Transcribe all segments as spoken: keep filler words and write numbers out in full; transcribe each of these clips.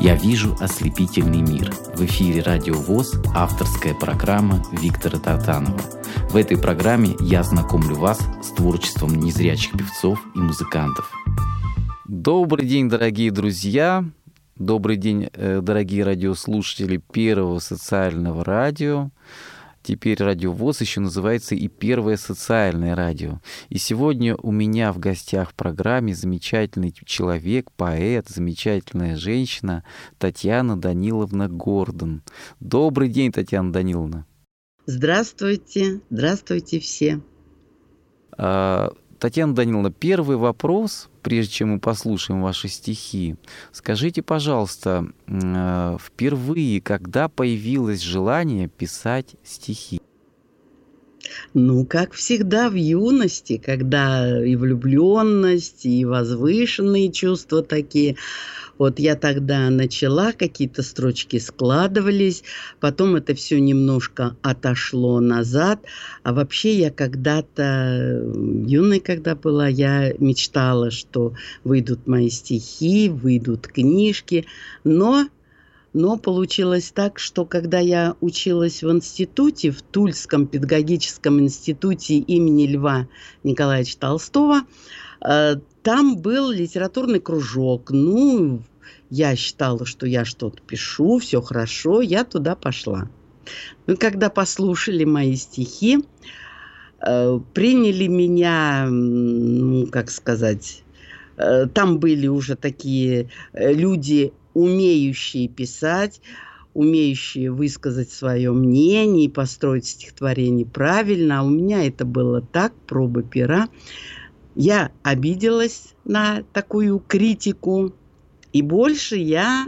Я вижу ослепительный мир. В эфире Радио ВОС авторская программа Виктора Тартанова. В этой программе я знакомлю вас с творчеством незрячих певцов и музыкантов. Добрый день, дорогие друзья! Добрый день, дорогие радиослушатели Первого социального радио. Теперь Радио ВОС еще называется и Первое социальное радио. И сегодня у меня в гостях в программе замечательный человек, поэт, замечательная женщина Татьяна Даниловна Гордон. Добрый день, Татьяна Даниловна. Здравствуйте, здравствуйте все. А, Татьяна Даниловна, первый вопрос, прежде чем мы послушаем ваши стихи. Скажите, пожалуйста, впервые, когда появилось желание писать стихи? Ну, как всегда, в юности, когда и влюбленность, и возвышенные чувства такие. Вот я тогда начала, какие-то строчки складывались, потом это все немножко отошло назад. А вообще я когда-то, юной когда была, я мечтала, что выйдут мои стихи, выйдут книжки. Но, но получилось так, что когда я училась в институте, в Тульском педагогическом институте имени Льва Николаевича Толстого, там был литературный кружок. Ну, я считала, что я что-то пишу, все хорошо, я туда пошла. Ну, когда послушали мои стихи, э, приняли меня, ну, как сказать, э, там были уже такие люди, умеющие писать, умеющие высказать свое мнение и построить стихотворение правильно. А у меня это было так, проба пера. Я обиделась на такую критику, и больше я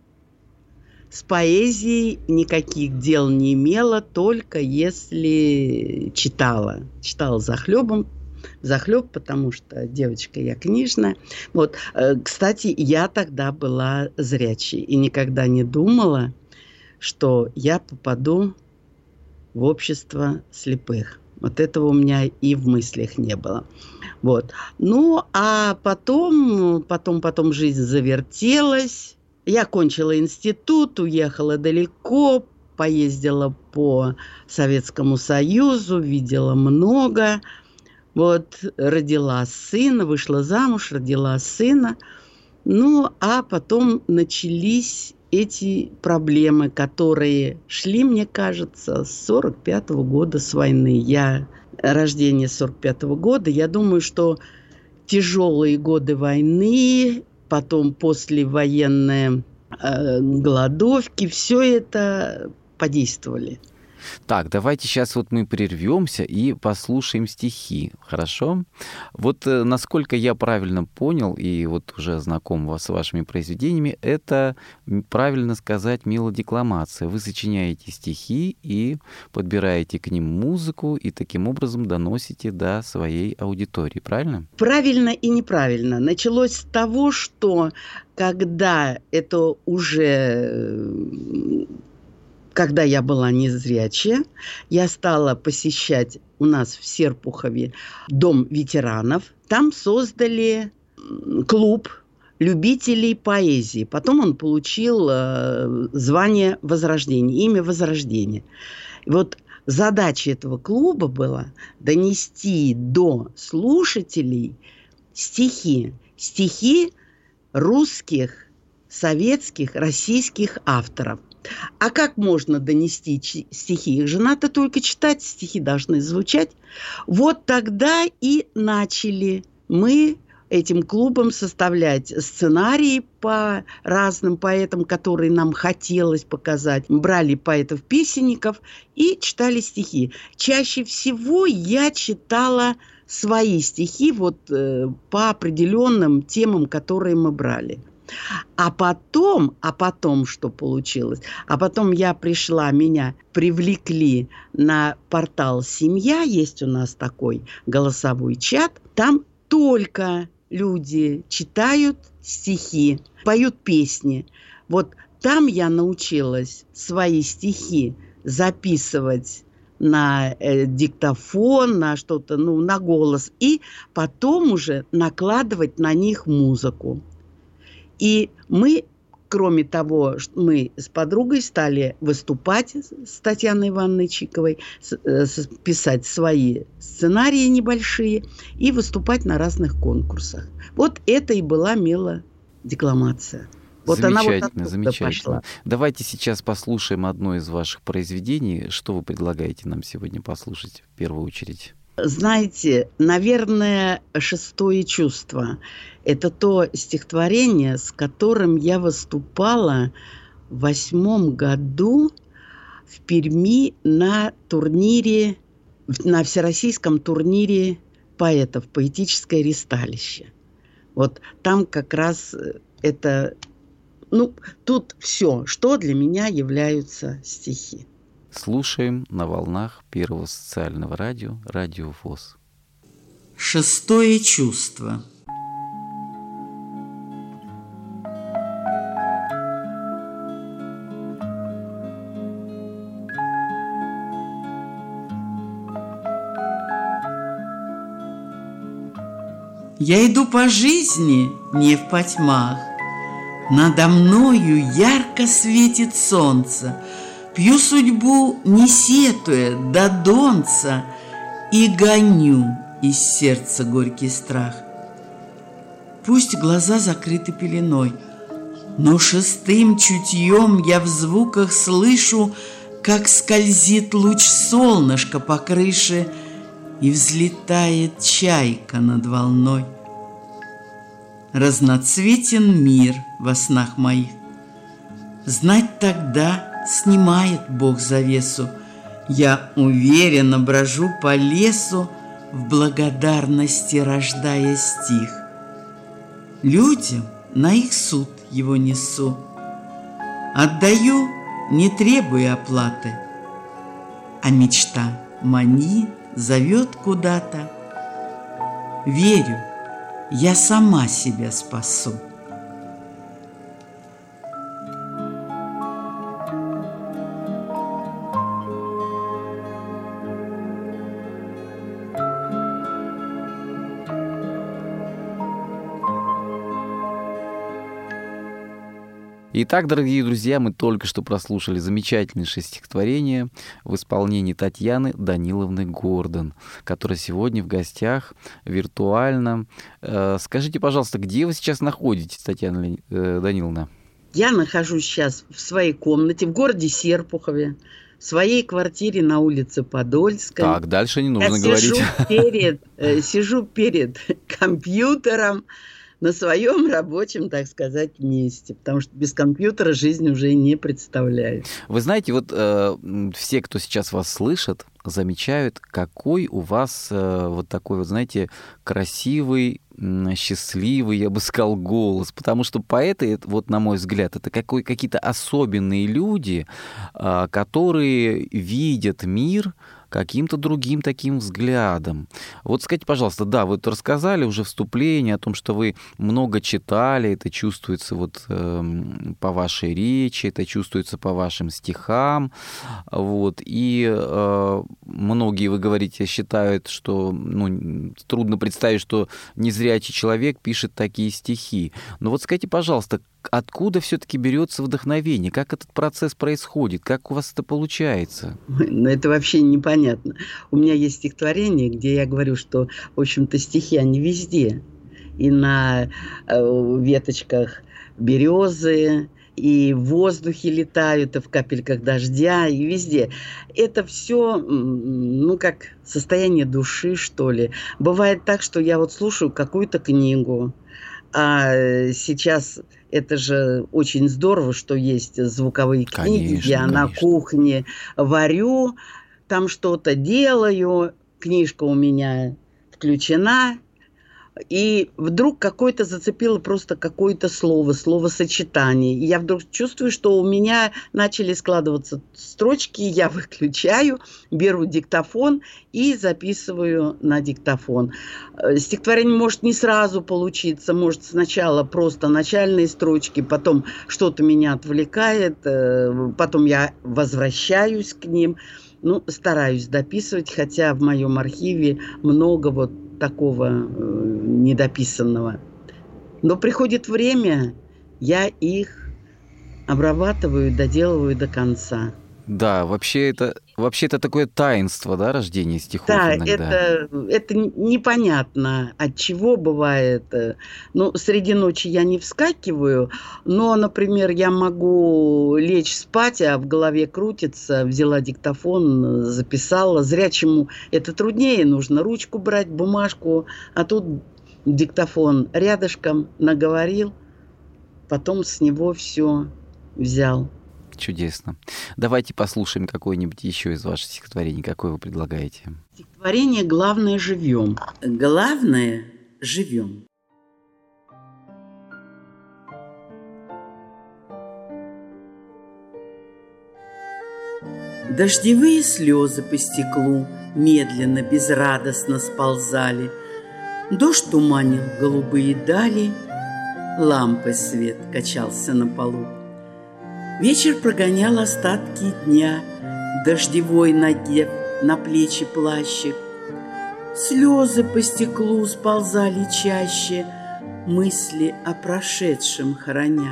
с поэзией никаких дел не имела, только если читала. Читала захлебом, захлеб, потому что девочка я книжная. Вот, кстати, я тогда была зрячей и никогда не думала, что я попаду в общество слепых. Вот этого у меня и в мыслях не было. Вот. Ну, а потом, потом, потом жизнь завертелась. Я кончила институт, уехала далеко, поездила по Советскому Союзу, видела много. Вот, родила сына, вышла замуж, родила сына. Ну, а потом начались эти проблемы, которые шли, мне кажется, с сорок пятого года, с войны. Я рождение сорок пятого года. Я думаю, что тяжелые годы войны, потом послевоенные э, голодовки, все это подействовали. Так, давайте сейчас вот мы прервемся и послушаем стихи, хорошо? Вот э, насколько я правильно понял, и вот уже знаком с вашими произведениями, это, правильно сказать, мелодикламация. Вы сочиняете стихи и подбираете к ним музыку, и таким образом доносите до своей аудитории, правильно? Правильно и неправильно. Началось с того, что когда это уже... Когда я была незрячая, я стала посещать у нас в Серпухове дом ветеранов. Там создали клуб любителей поэзии. Потом он получил э, звание Возрождения, имя Возрождения. И вот задача этого клуба была донести до слушателей стихи. Стихи русских, советских, российских авторов. А как можно донести стихи? Их же надо только читать, стихи должны звучать. Вот тогда и начали мы этим клубом составлять сценарии по разным поэтам, которые нам хотелось показать. Брали поэтов-песенников и читали стихи. Чаще всего я читала свои стихи вот, э, по определенным темам, которые мы брали. А потом, а потом что получилось? А потом я пришла, меня привлекли на портал «Семья», есть у нас такой голосовой чат, там только люди читают стихи, поют песни. Вот там я научилась свои стихи записывать на э, диктофон, на что-то, ну, на голос, и потом уже накладывать на них музыку. И мы кроме того, что мы с подругой стали выступать с Татьяной Ивановной Чиковой, писать свои сценарии небольшие и выступать на разных конкурсах. Вот это и была мелодекламация. Вот Замечательно, она вот замечательно. Пошла. Давайте сейчас послушаем одно из ваших произведений. Что вы предлагаете нам сегодня послушать в первую очередь? Знаете, наверное, «Шестое чувство» – это то стихотворение, с которым я выступала в восьмом году в Перми на турнире, на всероссийском турнире поэтов «Поэтическое ристалище». Вот там как раз это, ну, тут все, что для меня являются стихи. Слушаем на волнах Первого социального радио, Радио ВОС. Шестое чувство. Я иду по жизни не в потьмах. Надо мною ярко светит солнце. Пью судьбу, не сетуя, до донца, и гоню из сердца горький страх. Пусть глаза закрыты пеленой, но шестым чутьем я в звуках слышу, как скользит луч солнышка по крыше и взлетает чайка над волной. Разноцветен мир во снах моих. Знать тогда снимает Бог завесу. Я уверенно брожу по лесу, в благодарности рождая стих. Людям на их суд его несу. Отдаю, не требуя оплаты, а мечта манит, зовет куда-то. Верю, я сама себя спасу. Итак, дорогие друзья, мы только что прослушали замечательнейшее стихотворение в исполнении Татьяны Даниловны Гордон, которая сегодня в гостях виртуально. Скажите, пожалуйста, где вы сейчас находитесь, Татьяна Даниловна? Я нахожусь сейчас в своей комнате в городе Серпухове, в своей квартире на улице Подольской. Так, дальше не нужно Я говорить. Сижу перед, э, сижу перед компьютером, на своем рабочем, так сказать, месте, потому что без компьютера жизнь уже не представляю. Вы знаете, вот э, все, кто сейчас вас слышит, замечают, какой у вас э, вот такой вот, знаете, красивый, э, счастливый, я бы сказал, голос, потому что поэты, вот на мой взгляд, это какой, какие-то особенные люди, э, которые видят мир каким-то другим таким взглядом. Вот скажите, пожалуйста, да, вы рассказали уже вступление о том, что вы много читали, это чувствуется вот э, по вашей речи, это чувствуется по вашим стихам, вот, и э, многие, вы говорите, считают, что, ну, трудно представить, что незрячий человек пишет такие стихи. Но вот скажите, пожалуйста, откуда все-таки берется вдохновение? Как этот процесс происходит? Как у вас это получается? Ну, это вообще непонятно. У меня есть стихотворение, где я говорю, что, в общем-то, стихи, они везде. И на э, веточках березы, и в воздухе летают, и в капельках дождя, и везде. Это все, ну, как состояние души, что ли. Бывает так, что я вот слушаю какую-то книгу, а сейчас это же очень здорово, что есть звуковые книги, конечно, где я конечно. на кухне варю, там что-то делаю, книжка у меня включена, и вдруг какое-то зацепило просто какое-то слово, словосочетание. И я вдруг чувствую, что у меня начали складываться строчки, я выключаю, беру диктофон и записываю на диктофон. Стихотворение может не сразу получиться, может сначала просто начальные строчки, потом что-то меня отвлекает, потом я возвращаюсь к ним. Ну, стараюсь дописывать, хотя в моем архиве много вот такого э, недописанного. Но приходит время, я их обрабатываю, доделываю до конца. Да, вообще это, вообще это такое таинство, да, рождение стихов Да, иногда. это, это непонятно, от чего бывает. Ну, среди ночи я не вскакиваю, но, например, я могу лечь спать, а в голове крутится, взяла диктофон, записала. Зрячему это труднее, нужно ручку брать, бумажку, а тут диктофон рядышком наговорил, потом с него все взял. Чудесно. Давайте послушаем какое-нибудь еще из ваших стихотворений. Какое вы предлагаете? Стихотворение «Главное, живем». Главное, живем. Дождевые слезы по стеклу медленно, безрадостно сползали. Дождь туманил голубые дали, лампой свет качался на полу. Вечер прогонял остатки дня, дождевой надев на плечи плащик. Слезы по стеклу сползали чаще, мысли о прошедшем хороня.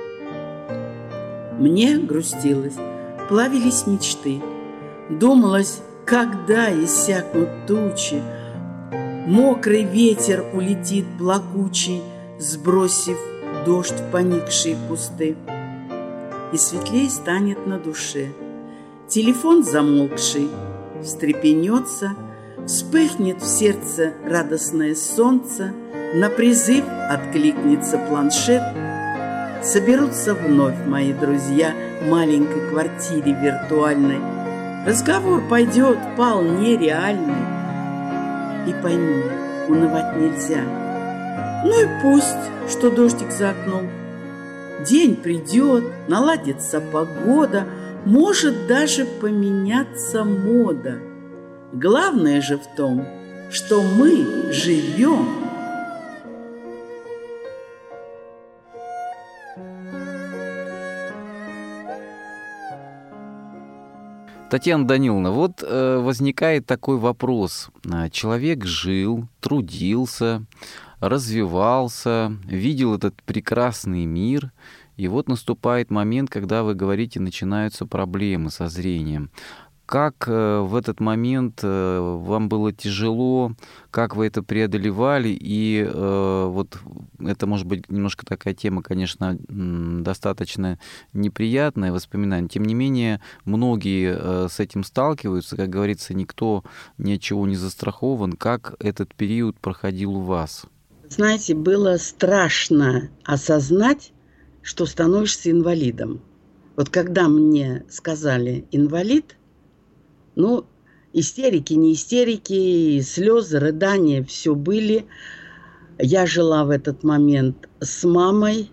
Мне грустилось, плавились мечты, думалось, когда иссякнут тучи, мокрый ветер улетит плакучий, сбросив дождь в поникшие кусты. И светлей станет на душе. Телефон замолкший встрепенется, вспыхнет в сердце радостное солнце, на призыв откликнется планшет. Соберутся вновь мои друзья в маленькой квартире виртуальной. Разговор пойдет вполне реальный. И пойми, унывать нельзя. Ну и пусть, что дождик за окном. День придет, наладится погода, может даже поменяться мода. Главное же в том, что мы живем. Татьяна Даниловна, вот э, возникает такой вопрос. Человек жил, трудился, развивался, видел этот прекрасный мир, и вот наступает момент, когда вы говорите, начинаются проблемы со зрением. Как э, в этот момент э, вам было тяжело, как вы это преодолевали, и э, вот это может быть немножко такая тема, конечно, достаточно неприятное воспоминание. Тем не менее, многие э, с этим сталкиваются, как говорится, никто ни от чего не застрахован. Как этот период проходил у вас? Знаете, было страшно осознать, что становишься инвалидом. Вот когда мне сказали «инвалид», ну, истерики, не истерики, слезы, рыдания, все были. Я жила в этот момент с мамой.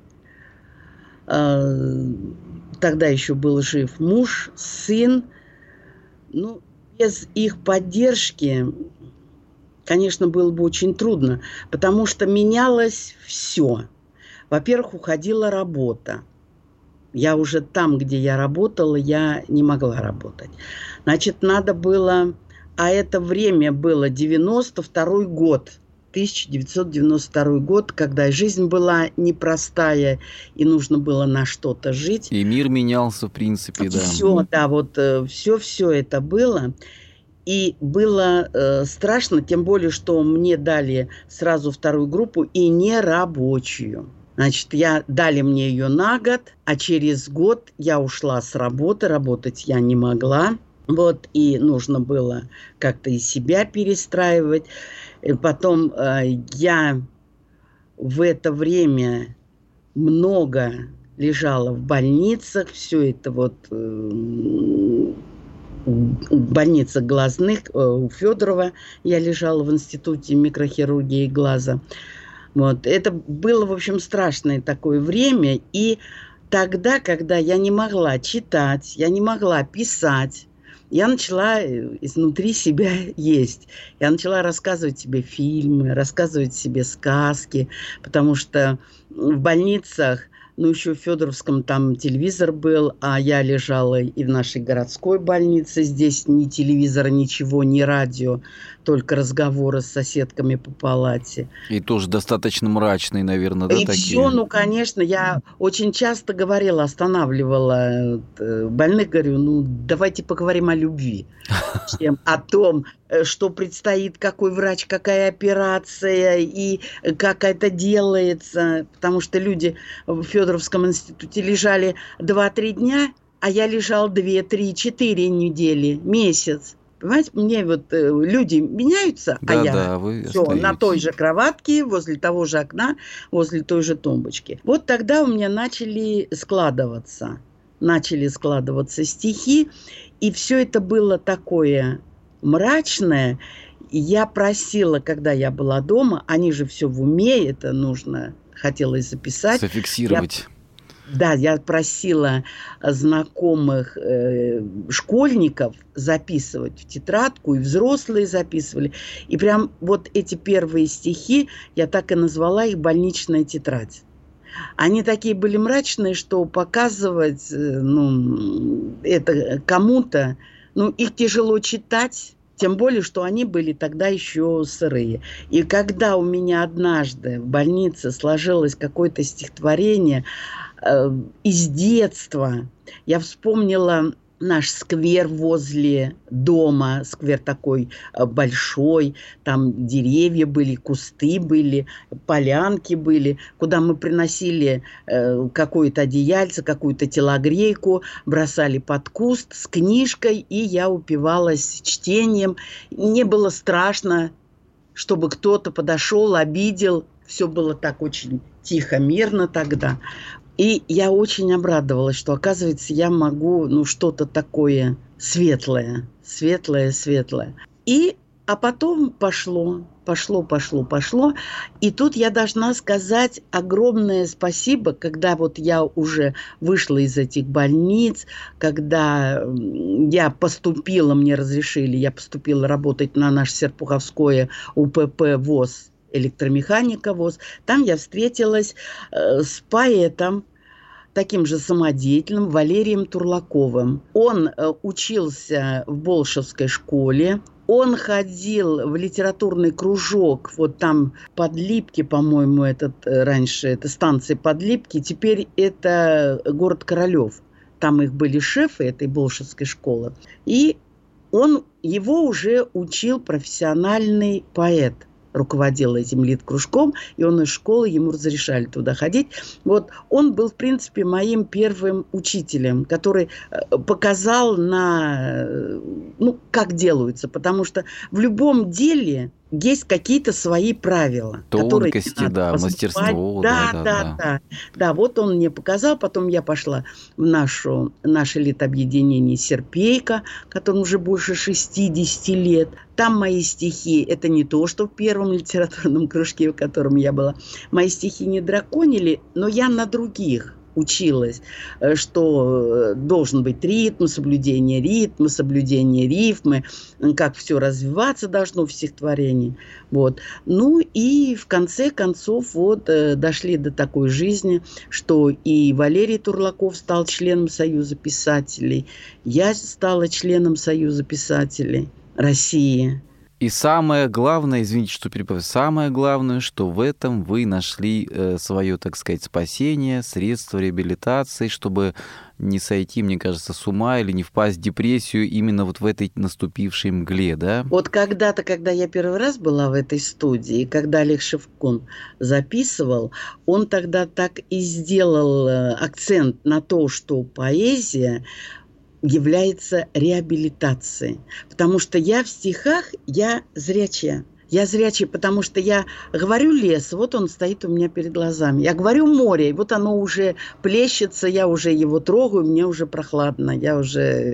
Тогда еще был жив муж, сын. Ну, без их поддержки, конечно, было бы очень трудно, потому что менялось все. Во-первых, уходила работа. Я уже там, где я работала, я не могла работать. Значит, надо было... А это время было девяносто второй год, тысяча девятьсот девяносто второй год, когда жизнь была непростая, и нужно было на что-то жить. И мир менялся, в принципе, да. Все, да, вот все-все это было. И было э, страшно, тем более, что мне дали сразу вторую группу и нерабочую. Значит, я, дали мне ее на год, а через год я ушла с работы, работать я не могла. Вот, и нужно было как-то и себя перестраивать. И потом э, я в это время много лежала в больницах, все это вот... Э, в больницах глазных, э, у Федорова я лежала в институте микрохирургии глаза. Вот. Это было, в общем, страшное такое время. И тогда, когда я не могла читать, я не могла писать, я начала изнутри себя есть. Я начала рассказывать себе фильмы, рассказывать себе сказки, потому что в больницах Ну, еще в Федоровском там телевизор был, а я лежала и в нашей городской больнице. Здесь ни телевизора, ничего, ни радио, только разговоры с соседками по палате. И тоже достаточно мрачные, наверное, да, и такие? все, ну, конечно, я очень часто говорила, останавливала больных, говорю, ну, давайте поговорим о любви, чем о том, что предстоит, какой врач, какая операция и как это делается. Потому что люди в Федоровском институте лежали два-три дня, а я лежал две, три, четыре недели, месяц. Понимаете, мне вот э, люди меняются, да, а я да, вы все на той же кроватке, возле того же окна, возле той же тумбочки. Вот тогда у меня начали складываться, начали складываться стихи, и все это было такое мрачное. Я просила, когда я была дома, они же все в уме, это нужно, хотелось записать. Зафиксировать. Я... Да, я просила знакомых э, школьников записывать в тетрадку, и взрослые записывали. И прям вот эти первые стихи, я так и назвала их «Больничная тетрадь». Они такие были мрачные, что показывать ну, это кому-то, ну, их тяжело читать. Тем более, что они были тогда еще сырые. И когда у меня однажды в больнице сложилось какое-то стихотворение э, из детства, я вспомнила наш сквер возле дома, сквер такой большой, там деревья были, кусты были, полянки были, куда мы приносили э, какое-то одеяльце, какую-то телогрейку, бросали под куст с книжкой, и я упивалась чтением. Не было страшно, чтобы кто-то подошел, обидел. Все было так очень тихо, мирно тогда. И я очень обрадовалась, что, оказывается, я могу, ну, что-то такое светлое, светлое, светлое. И, а потом пошло, пошло, пошло, пошло. И тут я должна сказать огромное спасибо, когда вот я уже вышла из этих больниц, когда я поступила, мне разрешили, я поступила работать на наше Серпуховское УПП ВОЗ, электромеханика ВОЗ. Там я встретилась э, с поэтом, таким же самодеятельным, Валерием Турлаковым. Он э, учился в Болшевской школе. Он ходил в литературный кружок, вот там Подлипки, по-моему, этот, раньше это станция Подлипки, теперь это город Королев. Там их были шефы этой Болшевской школы. И он, его уже учил профессиональный поэт. Руководил этим литкружком, и он из школы, ему разрешали туда ходить. Вот он был, в принципе, моим первым учителем, который показал на, ну, как делаются, потому что в любом деле есть какие-то свои правила. Тонкости, да, мастерство. Да, да, да, да, да. Да, вот он мне показал, потом я пошла в нашу, наше литобъединение «Серпейка», которому уже больше шестидесяти лет. Там мои стихи, это не то, что в первом литературном кружке, в котором я была, мои стихи не драконили, но я на других училась, что должен быть ритм, соблюдение ритма, соблюдение рифмы, как все развиваться должно в стихотворении. Вот. Ну и в конце концов вот дошли до такой жизни, что и Валерий Турлаков стал членом Союза писателей, я стала членом Союза писателей России. И самое главное, извините, что перебиваю, самое главное, что в этом вы нашли э, свое, так сказать, спасение, средство реабилитации, чтобы не сойти, мне кажется, с ума или не впасть в депрессию именно вот в этой наступившей мгле, да? Вот когда-то, когда я первый раз была в этой студии, когда Олег Шевкун записывал, он тогда так и сделал акцент на то, что поэзия является реабилитацией. Потому что я в стихах, я зрячая. Я зрячая, потому что я говорю лес, вот он стоит у меня перед глазами. Я говорю море, и вот оно уже плещется, я уже его трогаю, мне уже прохладно, я уже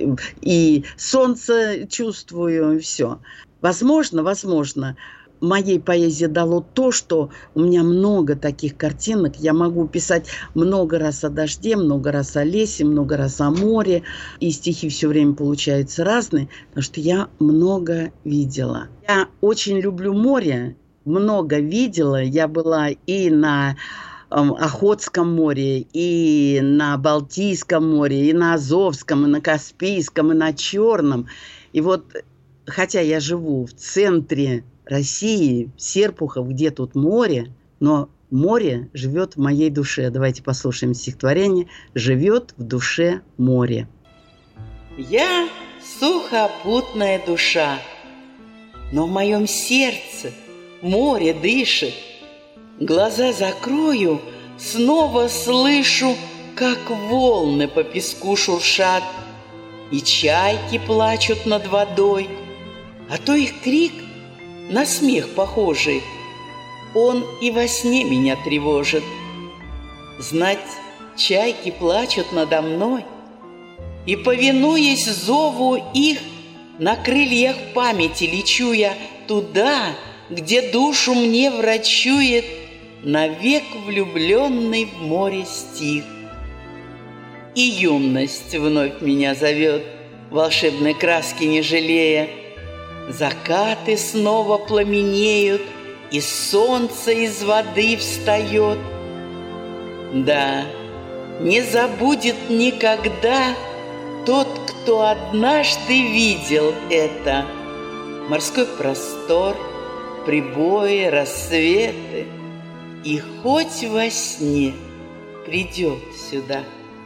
и солнце чувствую, и все. Возможно, возможно, моей поэзии дало то, что у меня много таких картинок. Я могу писать много раз о дожде, много раз о лесе, много раз о море. И стихи все время получаются разные, потому что я много видела. Я очень люблю море, много видела. Я была и на Охотском море, и на Балтийском море, и на Азовском, и на Каспийском, и на Черном. И вот, хотя я живу в центре России, Серпухов, где тут море, но море живет в моей душе. Давайте послушаем стихотворение «Живет в душе море». Я сухопутная душа, но в моем сердце море дышит. Глаза закрою, снова слышу, как волны по песку шуршат, и чайки плачут над водой, а то их крик на смех похожий. Он и во сне меня тревожит. Знать, чайки плачут надо мной, и, повинуясь зову их, на крыльях памяти лечу я туда, где душу мне врачует навек влюбленный в море стих. И юность вновь меня зовет, волшебной краски не жалея. Закаты снова пламенеют, и солнце из воды встает. Да, не забудет никогда тот, кто однажды видел это. Морской простор, прибои, рассветы, и хоть во сне придет сюда.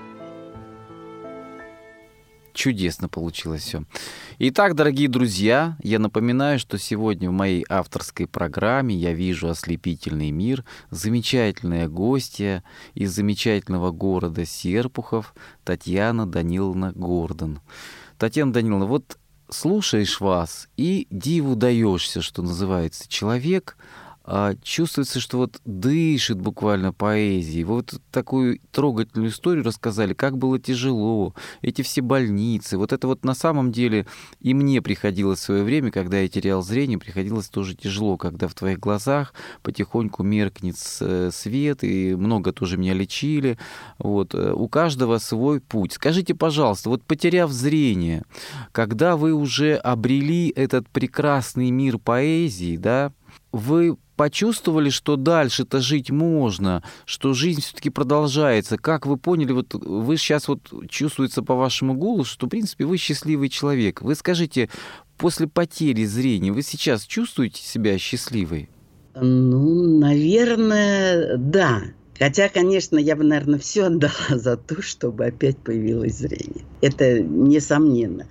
Чудесно получилось все. Итак, дорогие друзья, я напоминаю, что сегодня в моей авторской программе «Я вижу ослепительный мир» замечательная гостья из замечательного города Серпухов Татьяна Даниловна Гордон. Татьяна Даниловна, вот слушаешь вас и диву даешься, что называется. Человек а, чувствуется, что вот дышит буквально поэзией. Вы вот такую трогательную историю рассказали, как было тяжело, эти все больницы. Вот это вот на самом деле и мне приходилось в свое время, когда я терял зрение, приходилось тоже тяжело, когда в твоих глазах потихоньку меркнет свет, и много тоже меня лечили. Вот. У каждого свой путь. Скажите, пожалуйста, вот потеряв зрение, когда вы уже обрели этот прекрасный мир поэзии, да, вы почувствовали, что дальше-то жить можно, что жизнь все-таки продолжается? Как вы поняли, вот вы сейчас вот чувствуется по вашему голосу, что, в принципе, вы счастливый человек. Вы скажите, после потери зрения вы сейчас чувствуете себя счастливой? Ну, наверное, да. Хотя, конечно, я бы, наверное, все отдала за то, чтобы опять появилось зрение. Это несомненно.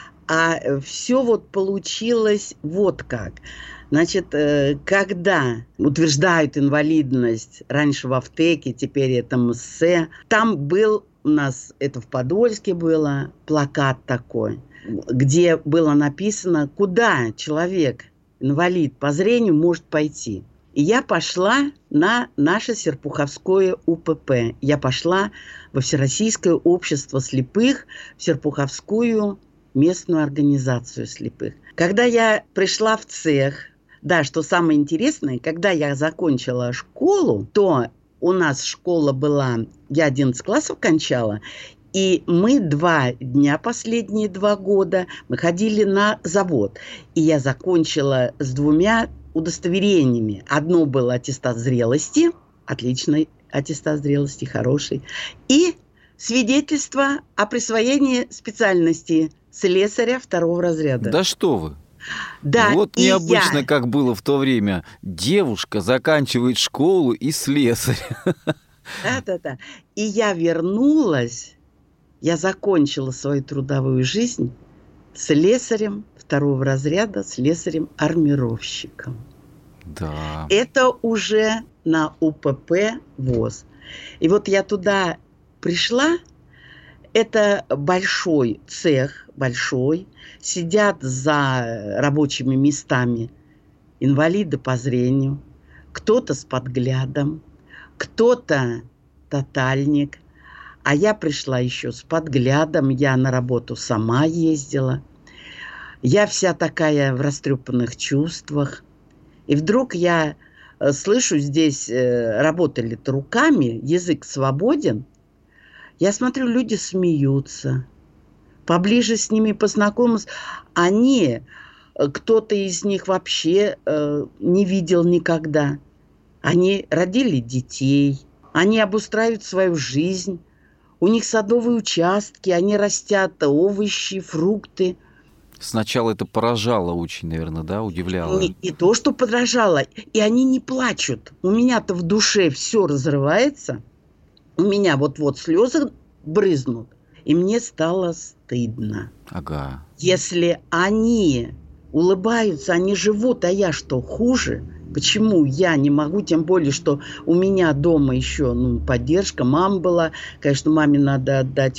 А все вот получилось вот как. Значит, когда утверждают инвалидность, раньше в Автеке, теперь это МСЭ, там был у нас, это в Подольске было, плакат такой, где было написано, куда человек, инвалид по зрению, может пойти. И я пошла на наше Серпуховское УПП. Я пошла во Всероссийское общество слепых, в Серпуховскую местную организацию слепых. Когда я пришла в цех, да, что самое интересное, когда я закончила школу, то у нас школа была, я одиннадцать классов кончала, и мы два дня, последние два года, мы ходили на завод. И я закончила с двумя удостоверениями. Одно было аттестат зрелости, отличный аттестат зрелости, хороший, и свидетельство о присвоении специальности слесаря второго разряда. Да что вы! Да, вот необычно, я... как было в то время. Девушка заканчивает школу и слесарь. Да-да-да. И я вернулась, я закончила свою трудовую жизнь слесарем второго разряда, слесарем-армировщиком. Да. Это уже на УПП ВОЗ. И вот я туда пришла, это большой цех, большой, сидят за рабочими местами инвалиды по зрению, кто-то с подглядом, кто-то тотальник, а я пришла еще с подглядом, я на работу сама ездила, я вся такая в растрепанных чувствах, и вдруг я слышу, здесь работали-то руками, язык свободен, я смотрю, люди смеются, поближе с ними познакомилась. Они, кто-то из них вообще э, не видел никогда. Они родили детей, Они обустраивают свою жизнь. У них садовые участки, они растят овощи, фрукты. Сначала это поражало очень, наверное, да, удивляло. Не, не то, что поражало, и они не плачут. У меня-то в душе все разрывается. У меня вот-вот слезы брызнут, и мне стало стыдно. Ага. Если они улыбаются, они живут, а я что, хуже? Почему я не могу, тем более, что у меня дома еще ну, поддержка, мама была. Конечно, маме надо отдать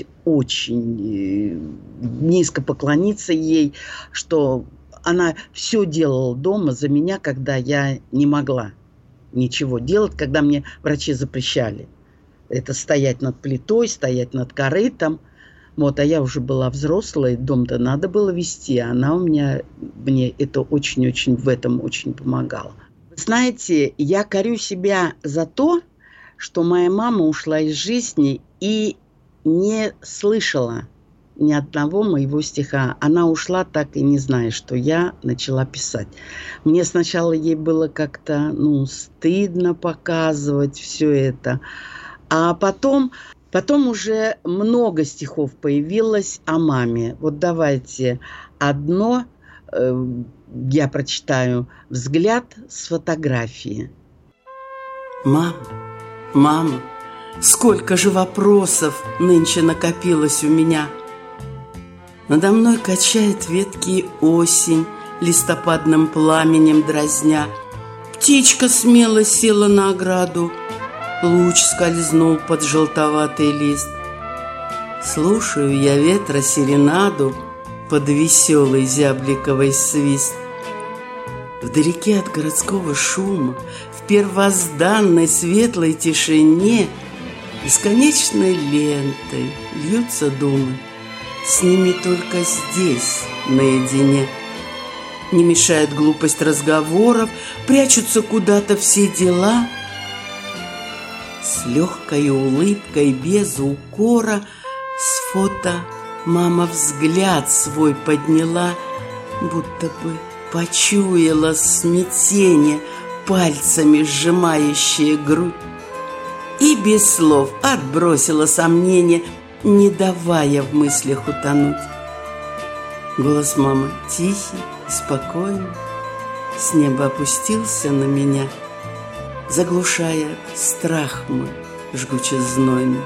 очень низко поклониться ей, что она все делала дома за меня, когда я не могла ничего делать, когда мне врачи запрещали. Это стоять над плитой, стоять над корытом. Вот, а я уже была взрослая, дом-то надо было вести, а она у меня, мне это очень-очень в этом очень помогала. Знаете, я корю себя за то, что моя мама ушла из жизни и не слышала ни одного моего стиха. Она ушла, так и не зная, что я начала писать. Мне сначала ей было как-то ну, стыдно показывать все это. А потом, потом уже много стихов появилось о маме. Вот давайте одно... Э, я прочитаю «Взгляд с фотографии». Мама, мама, сколько же вопросов нынче накопилось у меня. Надо мной качает ветки осень, листопадным пламенем дразня. Птичка смело села на ограду, луч скользнул под желтоватый лист. Слушаю я ветра серенаду под веселый зябликовый свист. Вдалеке от городского шума, в первозданной светлой тишине, бесконечной лентой льются думы. С ними только здесь, наедине. Не мешает глупость разговоров, прячутся куда-то все дела. С легкой улыбкой, без укора, с фото мама взгляд свой подняла, будто бы почуяла смятение, пальцами сжимающие грудь. И без слов отбросила сомнения, не давая в мыслях утонуть. Голос мамы тихий, спокойный, с неба опустился на меня, заглушая страх мой жгуче знойный.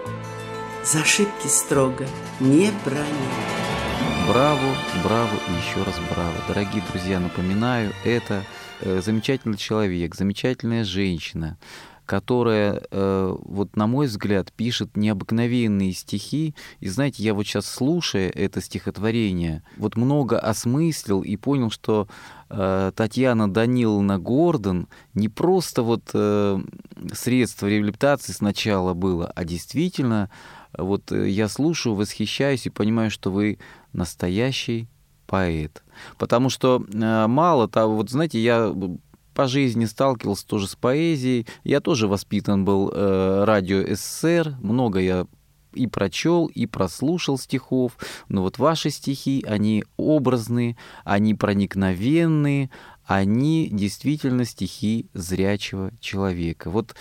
За ошибки строго не броня. Браво, браво и еще раз браво. Дорогие друзья, напоминаю, это э, замечательный человек, замечательная женщина, которая, э, вот на мой взгляд, пишет необыкновенные стихи. И знаете, я вот сейчас, слушая это стихотворение, вот много осмыслил и понял, что э, Татьяна Даниловна Гордон не просто вот э, средство реабилитации сначала было, а действительно, вот я слушаю, восхищаюсь и понимаю, что вы настоящий поэт. Потому что э, мало того, вот знаете, я по жизни сталкивался тоже с поэзией. Я тоже воспитан был э, радио СССР. Много я и прочел, и прослушал стихов. Но вот ваши стихи, они образные, они проникновенные, они действительно стихи зрячего человека. Вот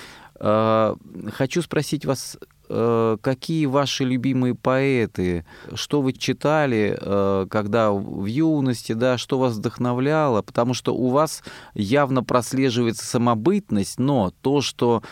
э, хочу спросить вас, какие ваши любимые поэты, что вы читали, когда в юности, да, что вас вдохновляло, потому что у вас явно прослеживается самобытность, но то, что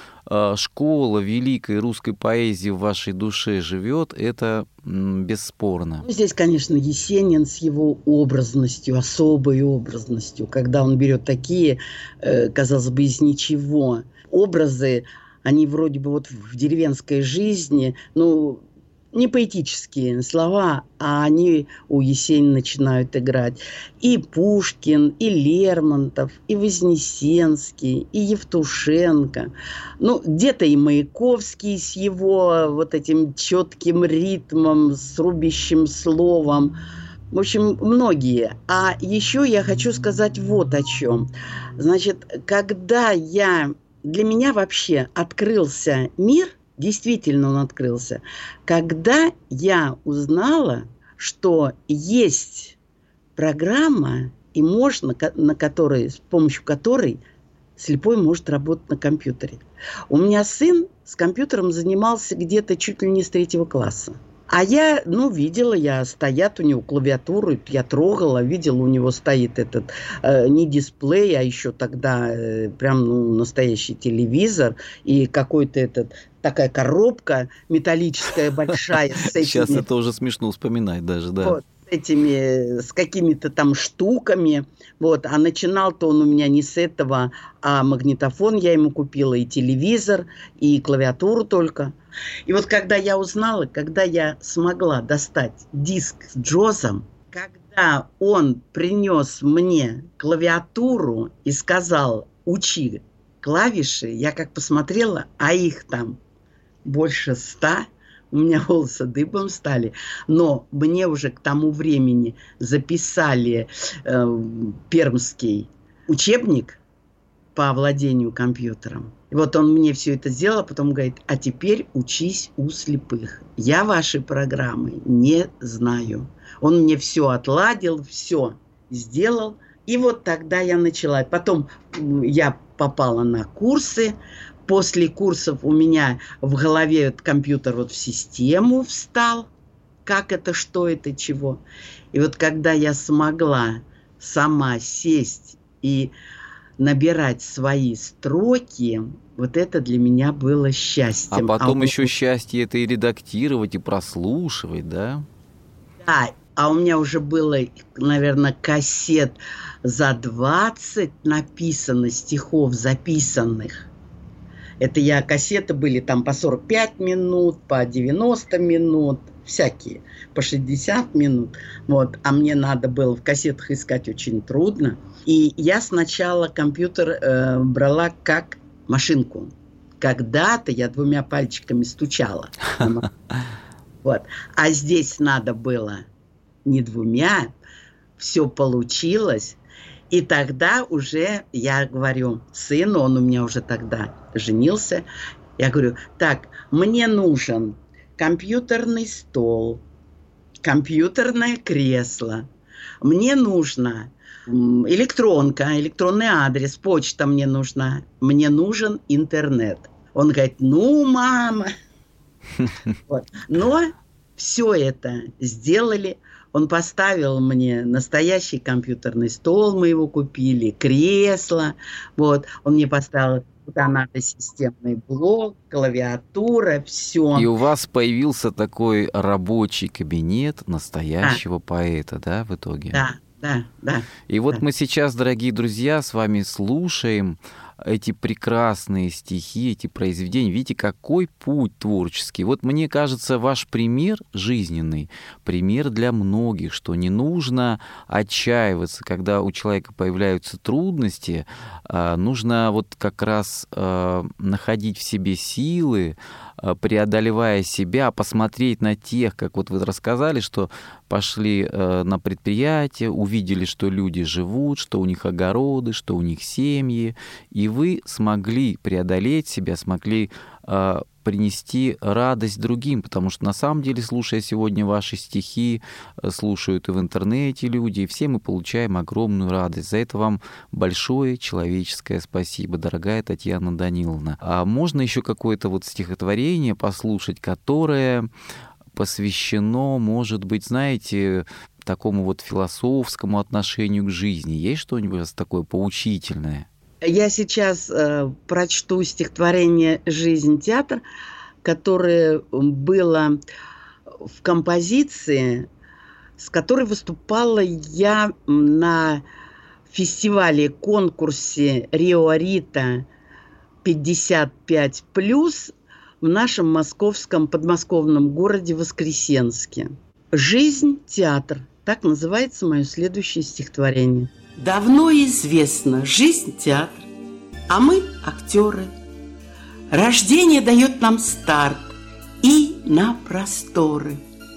школа великой русской поэзии в вашей душе живет, это бесспорно. Здесь, конечно, Есенин с его образностью, особой образностью, когда он берет такие, казалось бы, из ничего образы. Они вроде бы вот в деревенской жизни, ну, не поэтические слова, а они у Есенина начинают играть. И Пушкин, и Лермонтов, и Вознесенский, и Евтушенко. Ну, где-то и Маяковский с его вот этим четким ритмом, с рубящим словом. В общем, многие. А еще я хочу сказать вот о чем. Значит, когда я... Для меня вообще открылся мир, действительно он открылся, когда я узнала, что есть программа, и можно, на которой, с помощью которой слепой может работать на компьютере. У меня сын с компьютером занимался где-то чуть ли не с третьего класса. А я, ну, видела, я стоят у него клавиатуру, я трогала, видела, у него стоит этот э, не дисплей, а еще тогда э, прям ну, настоящий телевизор и какой-то этот такая коробка металлическая большая с этими. Сейчас это уже смешно вспоминать даже, да. Вот, с этими, с какими-то там штуками. Вот, а начинал-то он у меня не с этого, а магнитофон я ему купила, и телевизор, и клавиатуру только. И вот когда я узнала, когда я смогла достать диск с джозом, когда он принес мне клавиатуру и сказал, учи клавиши, я как посмотрела, а их там больше ста, у меня волосы дыбом стали, но мне уже к тому времени записали э, пермский учебник по владению компьютером. И вот он мне все это сделал, а потом говорит, а теперь учись у слепых. Я вашей программы не знаю. Он мне все отладил, все сделал. И вот тогда я начала. Потом я попала на курсы. После курсов у меня в голове этот компьютер вот в систему встал. Как это, что это, чего. И вот когда я смогла сама сесть и набирать свои строки, вот это для меня было счастьем. А потом а еще счастье это и редактировать, и прослушивать, да? Да, а у меня уже было, наверное, кассет за двадцать написано, стихов записанных. Это я, кассеты были там по сорок пять минут, по девяносто минут, всякие, по шестьдесят минут. Вот. А мне надо было в кассетах искать очень трудно. И я сначала компьютер э, брала как машинку. Когда-то я двумя пальчиками стучала. Вот. А здесь надо было не двумя, все получилось. И тогда уже я говорю сыну, он у меня уже тогда женился, я говорю, так, мне нужен компьютерный стол, компьютерное кресло, мне нужно электронка, электронный адрес, почта мне нужна, мне нужен интернет. Он говорит, ну, мама. Вот. Но все это сделали. Он поставил мне настоящий компьютерный стол, мы его купили, кресло. Вот. Он мне поставил, куда надо, системный блок, клавиатура, все. И у вас появился такой рабочий кабинет настоящего да. поэта, да, в итоге? Да, да, да. И вот да. мы сейчас, дорогие друзья, с вами слушаем эти прекрасные стихи, эти произведения. Видите, какой путь творческий. Вот мне кажется, ваш пример жизненный, пример для многих, что не нужно отчаиваться, когда у человека появляются трудности, нужно вот как раз находить в себе силы, преодолевая себя, посмотреть на тех, как вот вы рассказали, что пошли на предприятие, увидели, что люди живут, что у них огороды, что у них семьи, и вы смогли преодолеть себя, смогли э, принести радость другим, потому что на самом деле, слушая сегодня ваши стихи, слушают и в интернете люди, и все мы получаем огромную радость. За это вам большое человеческое спасибо, дорогая Татьяна Даниловна. А можно еще какое-то вот стихотворение послушать, которое посвящено, может быть, знаете, такому вот философскому отношению к жизни? Есть что-нибудь у вас такое поучительное? Я сейчас э, прочту стихотворение «Жизнь театр», которое было в композиции, с которой выступала я на фестивале, конкурсе «Рио Рита пятьдесят пять плюс» в нашем московском подмосковном городе Воскресенске. «Жизнь театр» – так называется мое следующее стихотворение. Давно известно, жизнь театр, а мы актеры. Рождение дает нам старт и на просторы.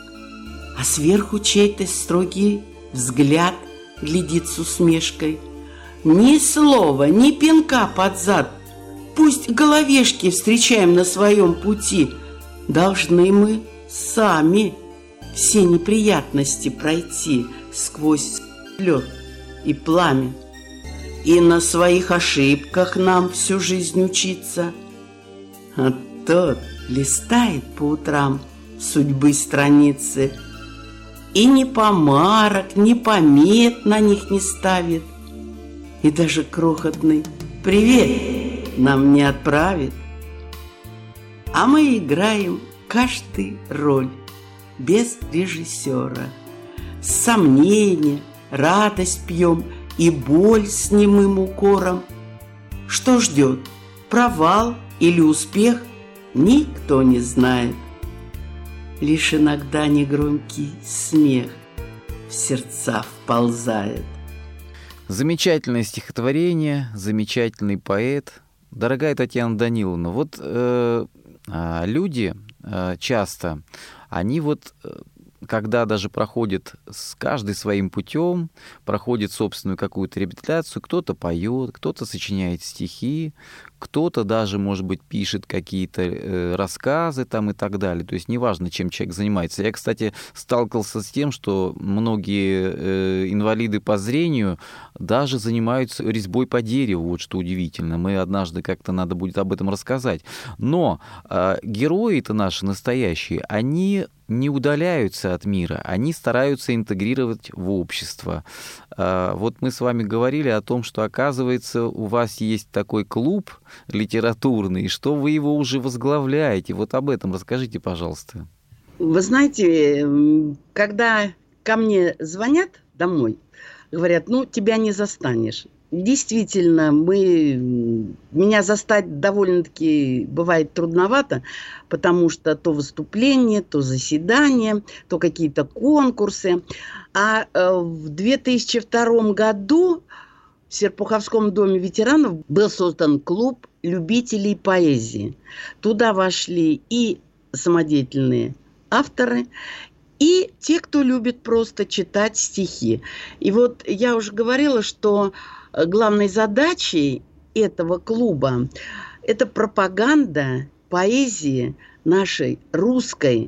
А сверху чей-то строгий взгляд глядит с усмешкой. Ни слова, ни пинка под зад. Пусть головешки встречаем на своем пути. Должны мы сами все неприятности пройти сквозь лед и пламя. и на своих ошибках нам всю жизнь учиться. А тот листает по утрам судьбы страницы и ни помарок, ни помет на них не ставит, и даже крохотный «привет» нам не отправит. А мы играем каждый роль без режиссера, с сомнения, радость пьем и боль с немым укором. Что ждет, провал или успех, никто не знает. Лишь иногда негромкий смех в сердца вползает. Замечательное стихотворение, замечательный поэт. Дорогая Татьяна Даниловна, вот э, люди э, часто, они вот, когда даже проходят с каждый своим путем, проходят собственную какую-то реабилитацию, кто-то поет, кто-то сочиняет стихи, кто-то даже, может быть, пишет какие-то э, рассказы там и так далее. То есть неважно, чем человек занимается. Я, кстати, сталкивался с тем, что многие э, инвалиды по зрению даже занимаются резьбой по дереву. Вот что удивительно. Мы однажды как-то надо будет об этом рассказать. Но э, герои-то наши настоящие, они не удаляются от мира, они стараются интегрировать в общество. Э, вот мы с вами говорили о том, что, оказывается, у вас есть такой клуб литературный, что вы его уже возглавляете. Вот об этом расскажите, пожалуйста. Вы знаете, когда ко мне звонят домой, говорят, ну, тебя не застанешь. Действительно, мы, меня застать довольно-таки бывает трудновато, потому что то выступление, то заседание, то какие-то конкурсы. А в две тысячи втором году в Серпуховском доме ветеранов был создан клуб любителей поэзии. Туда вошли и самодеятельные авторы, и те, кто любит просто читать стихи. И вот я уже говорила, что главной задачей этого клуба – это пропаганда поэзии нашей русской,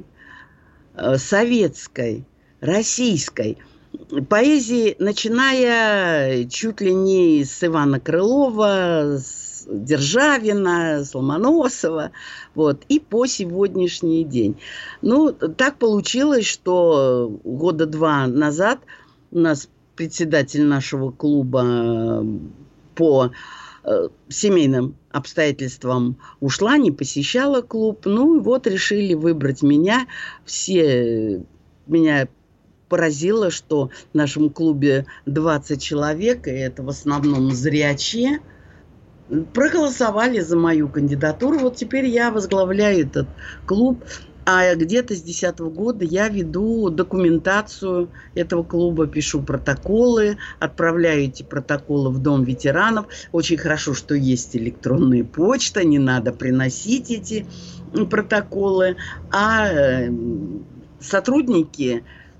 советской, российской. Поэзии, начиная чуть ли не с Ивана Крылова, с Державина, с Ломоносова, вот, и по сегодняшний день. Ну, так получилось, что года два назад у нас председатель нашего клуба по э, семейным обстоятельствам ушла, не посещала клуб. Ну, и вот решили выбрать меня. Все меня поразило, что в нашем клубе двадцать человек, и это в основном зрячие, проголосовали за мою кандидатуру. Вот теперь я возглавляю этот клуб. А где-то с две тысячи десятого года я веду документацию этого клуба, пишу протоколы, отправляю эти протоколы в Дом ветеранов. Очень хорошо, что есть электронная почта, не надо приносить эти протоколы. А сотрудники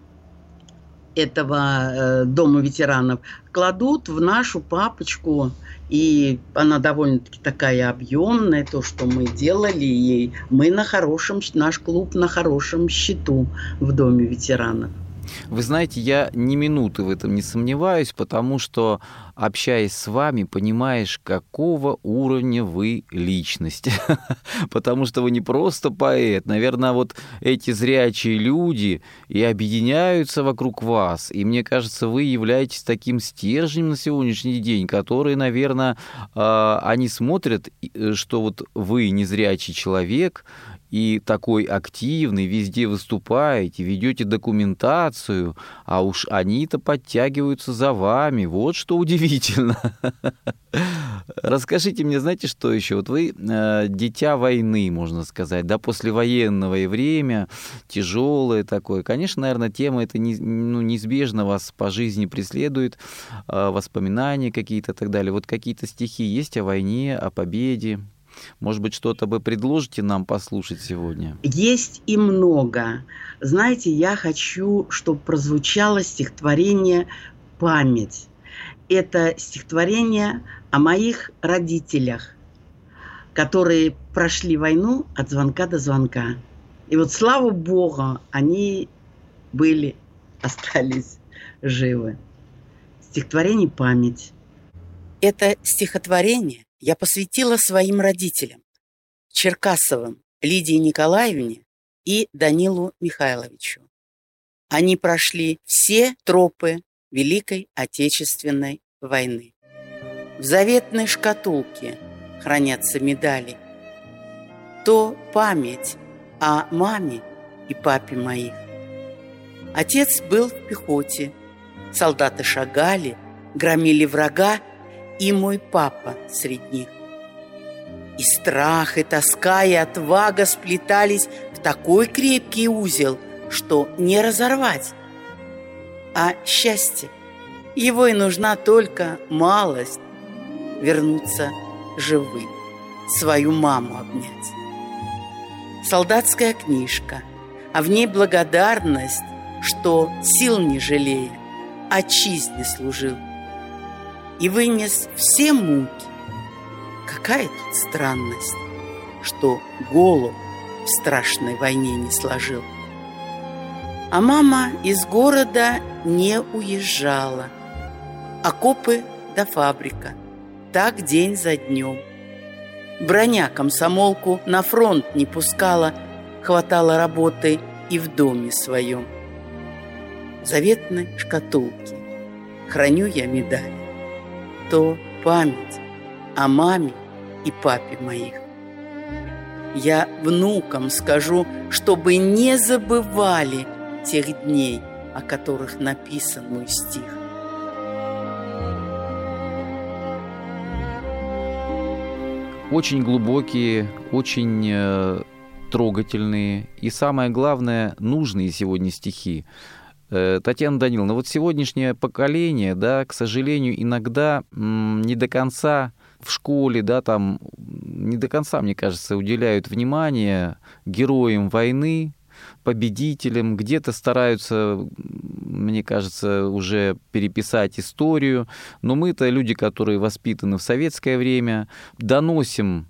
этого Дома ветеранов кладут в нашу папочку, и она довольно-таки такая объемная, то, что мы делали, и мы на хорошем, наш клуб на хорошем счету в Доме ветеранов. Вы знаете, я ни минуты в этом не сомневаюсь, потому что, общаясь с вами, понимаешь, какого уровня вы личность. Потому что вы не просто поэт. Наверное, вот эти зрячие люди и объединяются вокруг вас. И мне кажется, вы являетесь таким стержнем на сегодняшний день, который, наверное, они смотрят, что вот вы незрячий человек, и такой активный, везде выступаете, ведете документацию, а уж они-то подтягиваются за вами. Вот что удивительно. Расскажите мне, знаете, что еще? Вот вы э, дитя войны, можно сказать, да, послевоенного время, тяжелое такое. Конечно, наверное, тема эта не, ну, неизбежно вас по жизни преследует, э, воспоминания какие-то и так далее. Вот какие-то стихи есть о войне, о победе? Может быть, что-то вы предложите нам послушать сегодня? Есть и много. Знаете, я хочу, чтобы прозвучало стихотворение «Память». Это стихотворение о моих родителях, которые прошли войну от звонка до звонка. И вот, слава Богу, они были, остались живы. Стихотворение «Память». Это стихотворение я посвятила своим родителям, Черкасовым Лидии Николаевне и Данилу Михайловичу. Они прошли все тропы Великой Отечественной войны. В заветной шкатулке хранятся медали. То память о маме и папе моих. Отец был в пехоте, солдаты шагали, громили врага, и мой папа среди них. И страх, и тоска, и отвага сплетались в такой крепкий узел, что не разорвать. А счастье, его и нужна только малость вернуться живым, свою маму обнять. Солдатская книжка, а в ней благодарность, что сил не жалея, отчизне служил и вынес все муки. Какая тут странность, что голову в страшной войне не сложил. А мама из города не уезжала. Окопы до фабрика, так день за днем. Броня комсомолку на фронт не пускала, хватало работы и в доме своем. В заветной шкатулке храню я медали, то память о маме и папе моих. Я внукам скажу, чтобы не забывали тех дней, о которых написан мой стих. Очень глубокие, очень э, трогательные и, самое главное, нужные сегодня стихи. Э, Татьяна Даниловна, вот сегодняшнее поколение, да, к сожалению, иногда м, не до конца в школе, да, там не до конца, мне кажется, уделяют внимание героям войны, победителям, где-то стараются, мне кажется, уже переписать историю, но мы-то люди, которые воспитаны в советское время, доносим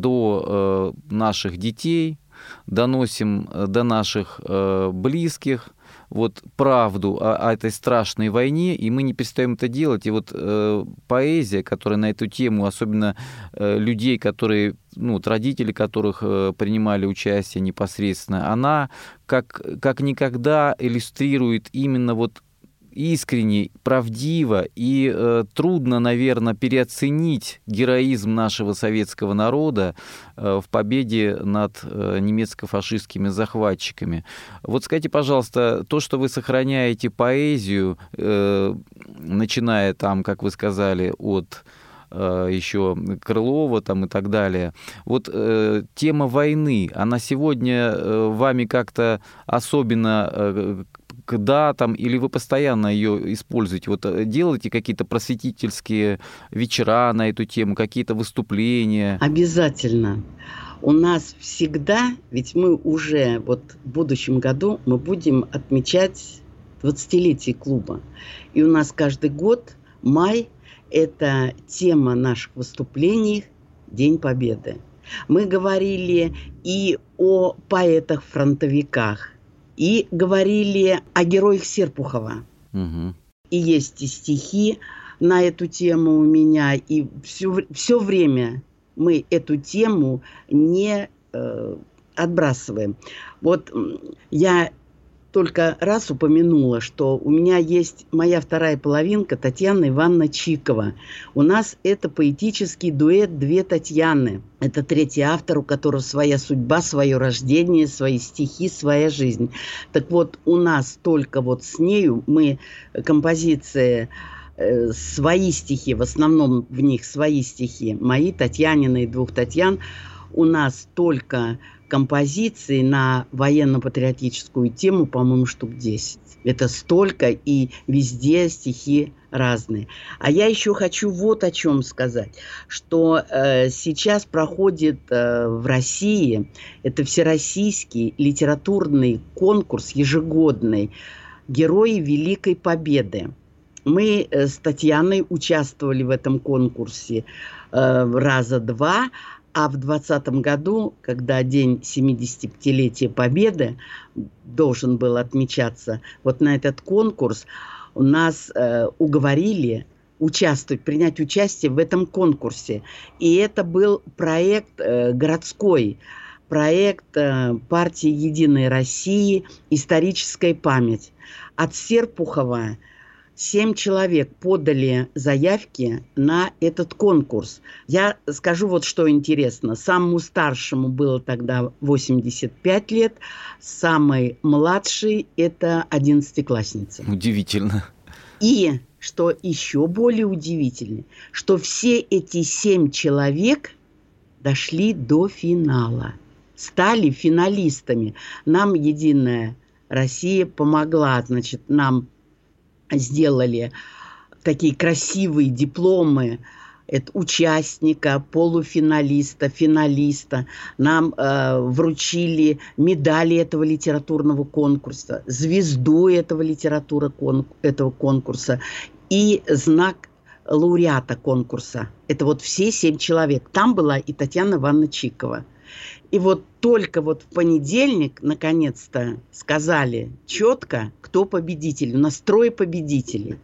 до э, наших детей, доносим до наших э, близких вот правду о, о этой страшной войне, и мы не перестаем это делать. И вот э, поэзия, которая на эту тему, особенно э, людей, которые, ну, вот родители которых э, принимали участие непосредственно, она как, как никогда иллюстрирует именно вот искренне, правдиво, и э, трудно, наверное, переоценить героизм нашего советского народа э, в победе над э, немецко-фашистскими захватчиками. Вот скажите, пожалуйста, то, что вы сохраняете поэзию, э, начиная там, как вы сказали, от э, еще Крылова там, и так далее, вот э, тема войны, она сегодня э, вами как-то особенно э, к датам, или вы постоянно ее используете? Вот делаете какие-то просветительские вечера на эту тему, какие-то выступления? Обязательно. У нас всегда, ведь мы уже вот в будущем году мы будем отмечать двадцатилетие клуба. И у нас каждый год май – это тема наших выступлений «День Победы». Мы говорили и о поэтах-фронтовиках, и говорили о героях Серпухова. Угу. И есть и стихи на эту тему у меня. И все, все время мы эту тему не э, отбрасываем. Вот я только раз упомянула, что у меня есть моя вторая половинка Татьяна Ивановна Чикова. У нас это поэтический дуэт «Две Татьяны». Это третий автор, у которого своя судьба, свое рождение, свои стихи, своя жизнь. Так вот, у нас только вот с нею мы композиции, э, свои стихи, в основном в них свои стихи, мои, Татьянины и двух Татьян, у нас только композиции на военно-патриотическую тему, по-моему, штук десять. Это столько, и везде стихи разные. А я еще хочу вот о чем сказать, что э, сейчас проходит э, в России, это всероссийский литературный конкурс ежегодный «Герои Великой Победы». Мы э, с Татьяной участвовали в этом конкурсе э, раза два, а в двадцатом году, когда день семидесятипятилетия Победы должен был отмечаться, вот на этот конкурс нас э, уговорили участвовать, принять участие в этом конкурсе. И это был проект э, городской, проект э, партии «Единой России» «Историческая память». От Серпухова семь человек подали заявки на этот конкурс. Я скажу вот что интересно. Самому старшему было тогда восемьдесят пять лет, самый младший – это одиннадцатиклассница. Удивительно. И, что еще более удивительно, что все эти семь человек дошли до финала, стали финалистами. Нам «Единая Россия» помогла, значит, нам сделали такие красивые дипломы это участника, полуфиналиста, финалиста. Нам э, вручили медали этого литературного конкурса, звезду этого литературы кон, этого конкурса и знак лауреата конкурса. Это вот все семь человек. Там была и Татьяна Ивановна Чикова. И вот только вот в понедельник, наконец-то, сказали четко, кто победитель. У нас трое победителей.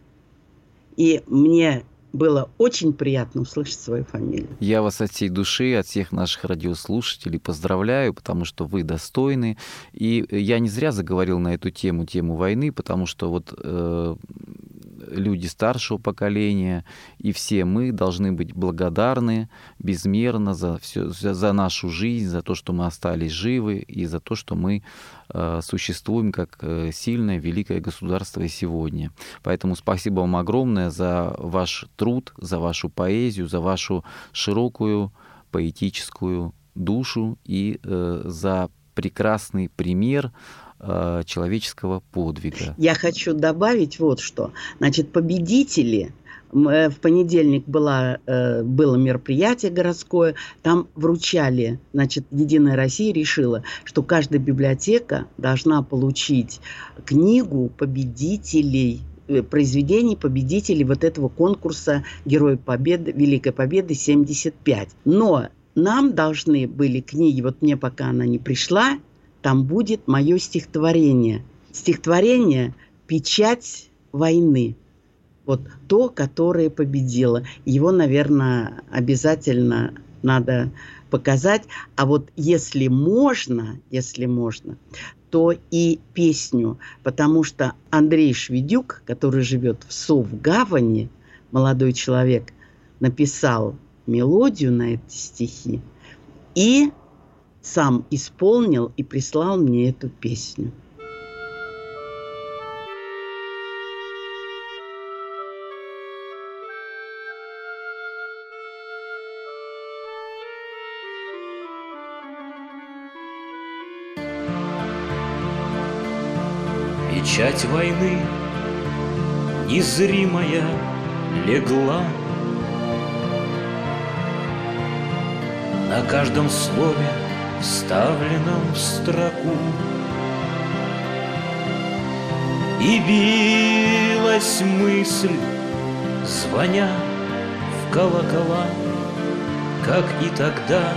И мне было очень приятно услышать свою фамилию. Я вас от всей души, от всех наших радиослушателей поздравляю, потому что вы достойны. И я не зря заговорил на эту тему, тему войны, потому что вот э, люди старшего поколения и все мы должны быть благодарны безмерно за, все, за, за нашу жизнь, за то, что мы остались живы, и за то, что мы э, существуем как э, сильное, великое государство и сегодня. Поэтому спасибо вам огромное за ваш труд, за вашу поэзию, за вашу широкую поэтическую душу и э, за прекрасный пример э, человеческого подвига. Я хочу добавить вот что. Значит, победители, в понедельник была, э, было мероприятие городское, там вручали, значит, «Единая Россия» решила, что каждая библиотека должна получить книгу победителей, произведений победителей вот этого конкурса «Герой Победы», «Великой Победы» семьдесят пять. Но нам должны были книги, вот мне пока она не пришла, там будет мое стихотворение. Стихотворение «Печать войны». Вот то, которое победило. Его, наверное, обязательно надо показать. А вот если можно, если можно, то и песню, потому что Андрей Шведюк, который живет в Совгавани, молодой человек, написал мелодию на эти стихи и сам исполнил и прислал мне эту песню. Печать войны незримая легла на каждом слове, вставленном в строку, и билась мысль, звоня в колокола, как и тогда,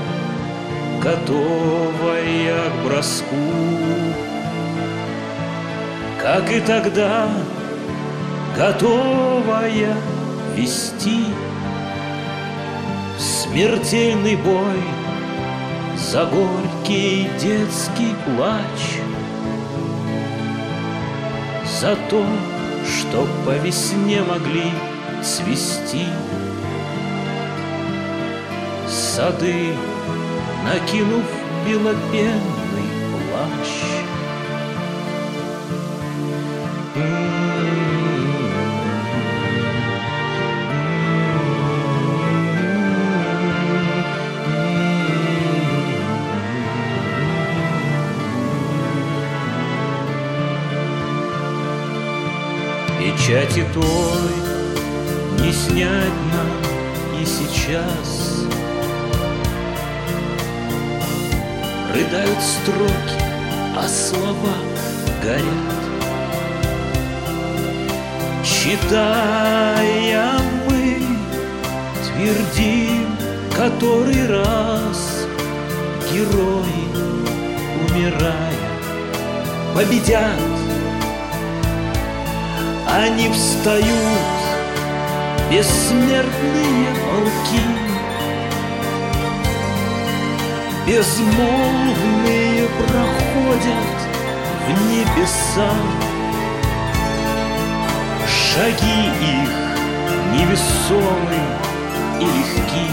готовая к броску. Как и тогда, готовая вести смертельный бой за горький детский плач, за то, что по весне могли цвести сады, накинув белопенный плащ. Печати той не снять нам и сейчас. Рыдают строки, а слова горят. Читая мы, твердим который раз: герои, умирая, победят. Они встают бессмертные полки, безмолвные проходят в небеса. Шаги их невесомы и легки,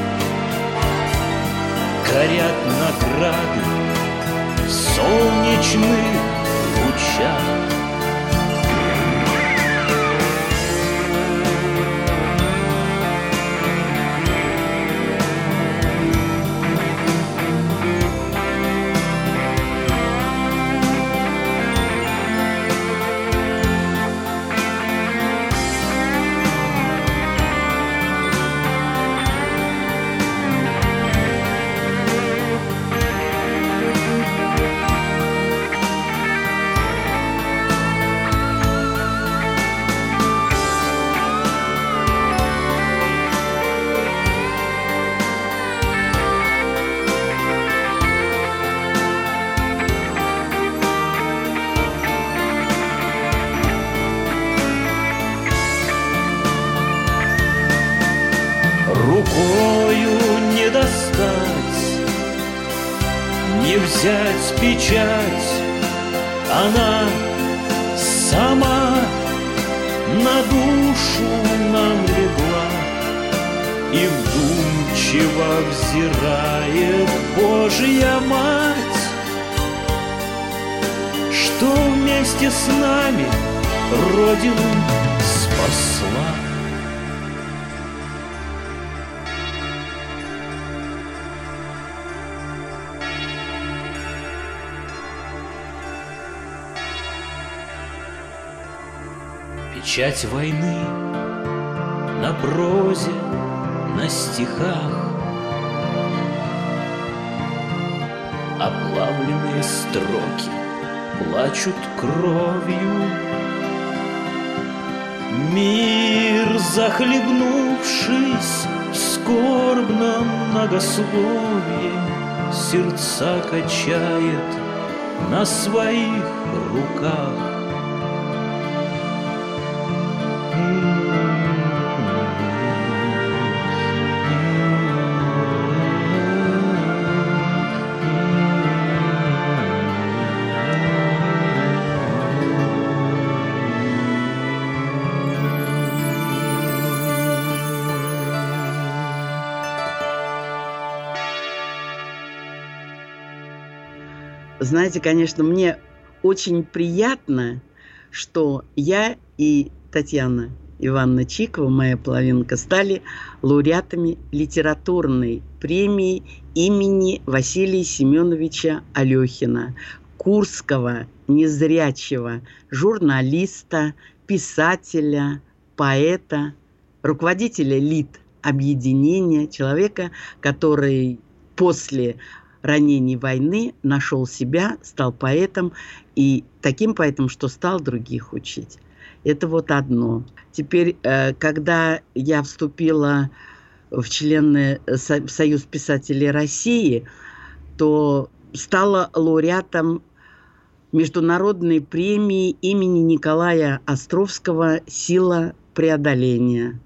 горят награды в солнечных лучах. Рукою не достать, не взять печать, она сама на душу нам легла и вдумчиво взирает Божья Мать, что вместе с нами Родину спасла. Печать войны на прозе, на стихах, оплавленные строки плачут кровью. Мир, захлебнувшись в скорбном многословии, сердца качает на своих руках. Знаете, конечно, мне очень приятно, что я и Татьяна Ивановна Чикова, моя половинка, стали лауреатами литературной премии имени Василия Семеновича Алехина, курского незрячего журналиста, писателя, поэта, руководителя Лит-объединения, человека, который после ранений войны нашел себя, стал поэтом, и таким поэтом, что стал других учить. Это вот одно. Теперь, когда я вступила в члены в Союз писателей России, то стала лауреатом международной премии имени Николая Островского «Сила преодоления».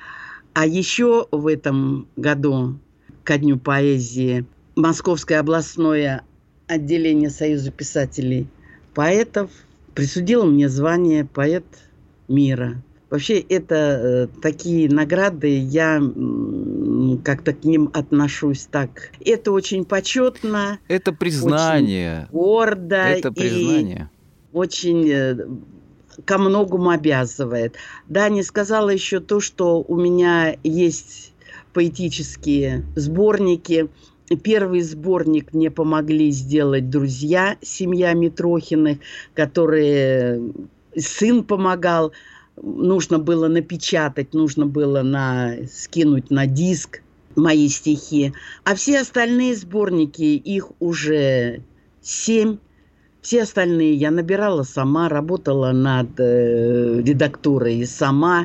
А еще в этом году, ко Дню поэзии, Московское областное отделение Союза писателей поэтов присудило мне звание «Поэт мира». Вообще, это э, такие награды, я э, как-то к ним отношусь так. Это очень почетно. Это признание. Очень гордо. Это признание. И очень э, ко многому обязывает. Да, не сказала еще то, что у меня есть поэтические сборники. Первый сборник мне помогли сделать друзья, семья Митрохиных, которые сын помогал. Нужно было напечатать, нужно было на, скинуть на диск мои стихи. А все остальные сборники, их уже семь. Все остальные я набирала сама, работала над э, редактурой сама.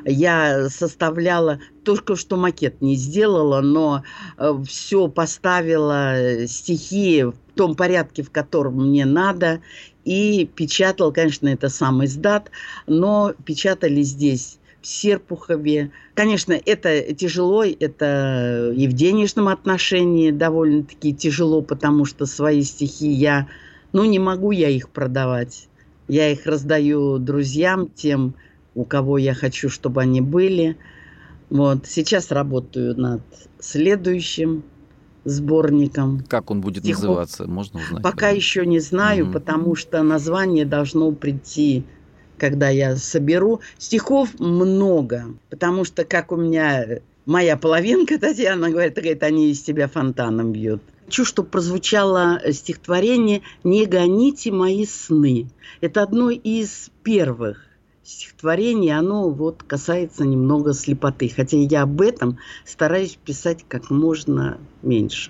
Я составляла, только что макет не сделала, но э, все поставила, стихи в том порядке, в котором мне надо. И печатал, конечно, это сам издат, но печатали здесь в Серпухове. Конечно, это тяжело, это и в денежном отношении довольно-таки тяжело, потому что свои стихи я, ну, не могу я их продавать. Я их раздаю друзьям, тем, у кого я хочу, чтобы они были. Вот. Сейчас работаю над следующим сборником. Как он будет стихов. Называться, можно узнать? Пока еще не знаю, mm-hmm. потому что название должно прийти, когда я соберу. Стихов много, потому что, как у меня моя половинка Татьяна говорит, говорит, они из тебя фонтаном бьют. Хочу, чтобы прозвучало стихотворение «Не гоните мои сны». Это одно из первых стихотворений, оно вот касается немного слепоты, хотя я об этом стараюсь писать как можно меньше.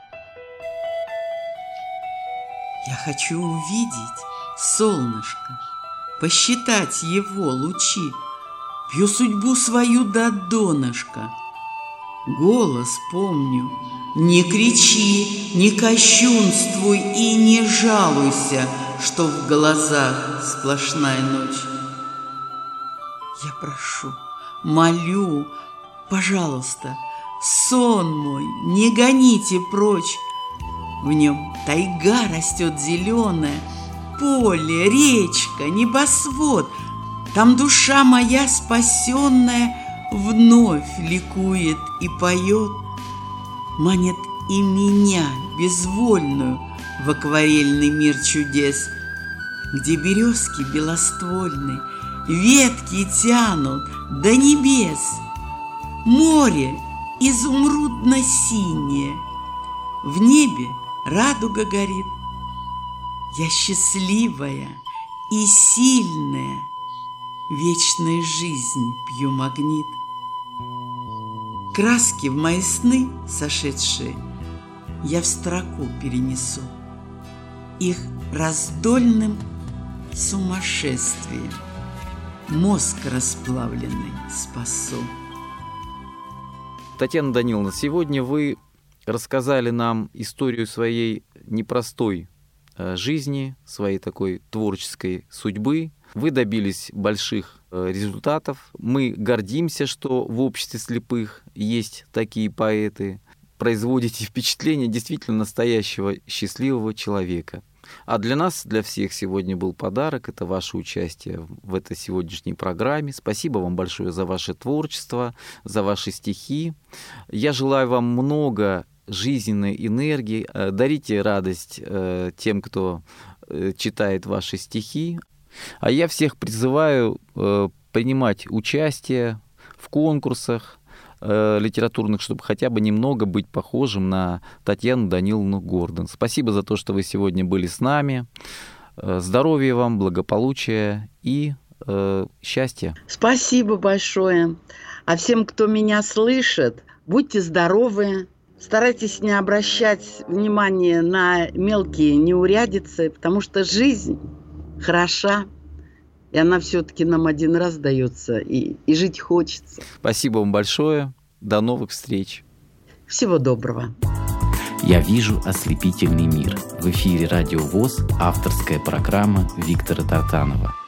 Я хочу увидеть солнышко, посчитать его лучи, пью судьбу свою до донышка. Голос помню, не кричи, не кощунствуй и не жалуйся, что в глазах сплошная ночь. Я прошу, молю, пожалуйста, сон мой не гоните прочь. В нем тайга растет зеленая, поле, речка, небосвод. Там душа моя спасенная вновь ликует и поет, манит и меня, безвольную, в акварельный мир чудес, где березки белоствольные ветки тянут до небес, море изумрудно-синее, в небе радуга горит. Я счастливая и сильная, вечная жизнь пью магнит. Краски в мои сны сошедшие я в строку перенесу, их раздольным сумасшествием мозг расплавленный спасу. Татьяна Даниловна, сегодня вы рассказали нам историю своей непростой жизни, своей такой творческой судьбы. Вы добились больших результатов. Мы гордимся, что в обществе слепых есть такие поэты. Производите впечатление действительно настоящего счастливого человека. А для нас, для всех сегодня был подарок. Это ваше участие в этой сегодняшней программе. Спасибо вам большое за ваше творчество, за ваши стихи. Я желаю вам много жизненной энергии. Дарите радость тем, кто читает ваши стихи. А я всех призываю принимать участие в конкурсах литературных, чтобы хотя бы немного быть похожим на Татьяну Даниловну Гордон. Спасибо за то, что вы сегодня были с нами. Здоровья вам, благополучия и э, счастья. Спасибо большое. А всем, кто меня слышит, будьте здоровы. Старайтесь не обращать внимания на мелкие неурядицы, потому что жизнь хороша, и она все-таки нам один раз дается, и, и жить хочется. Спасибо вам большое. До новых встреч. Всего доброго. Я вижу ослепительный мир. В эфире Радио ВОС, авторская программа Виктора Тартанова.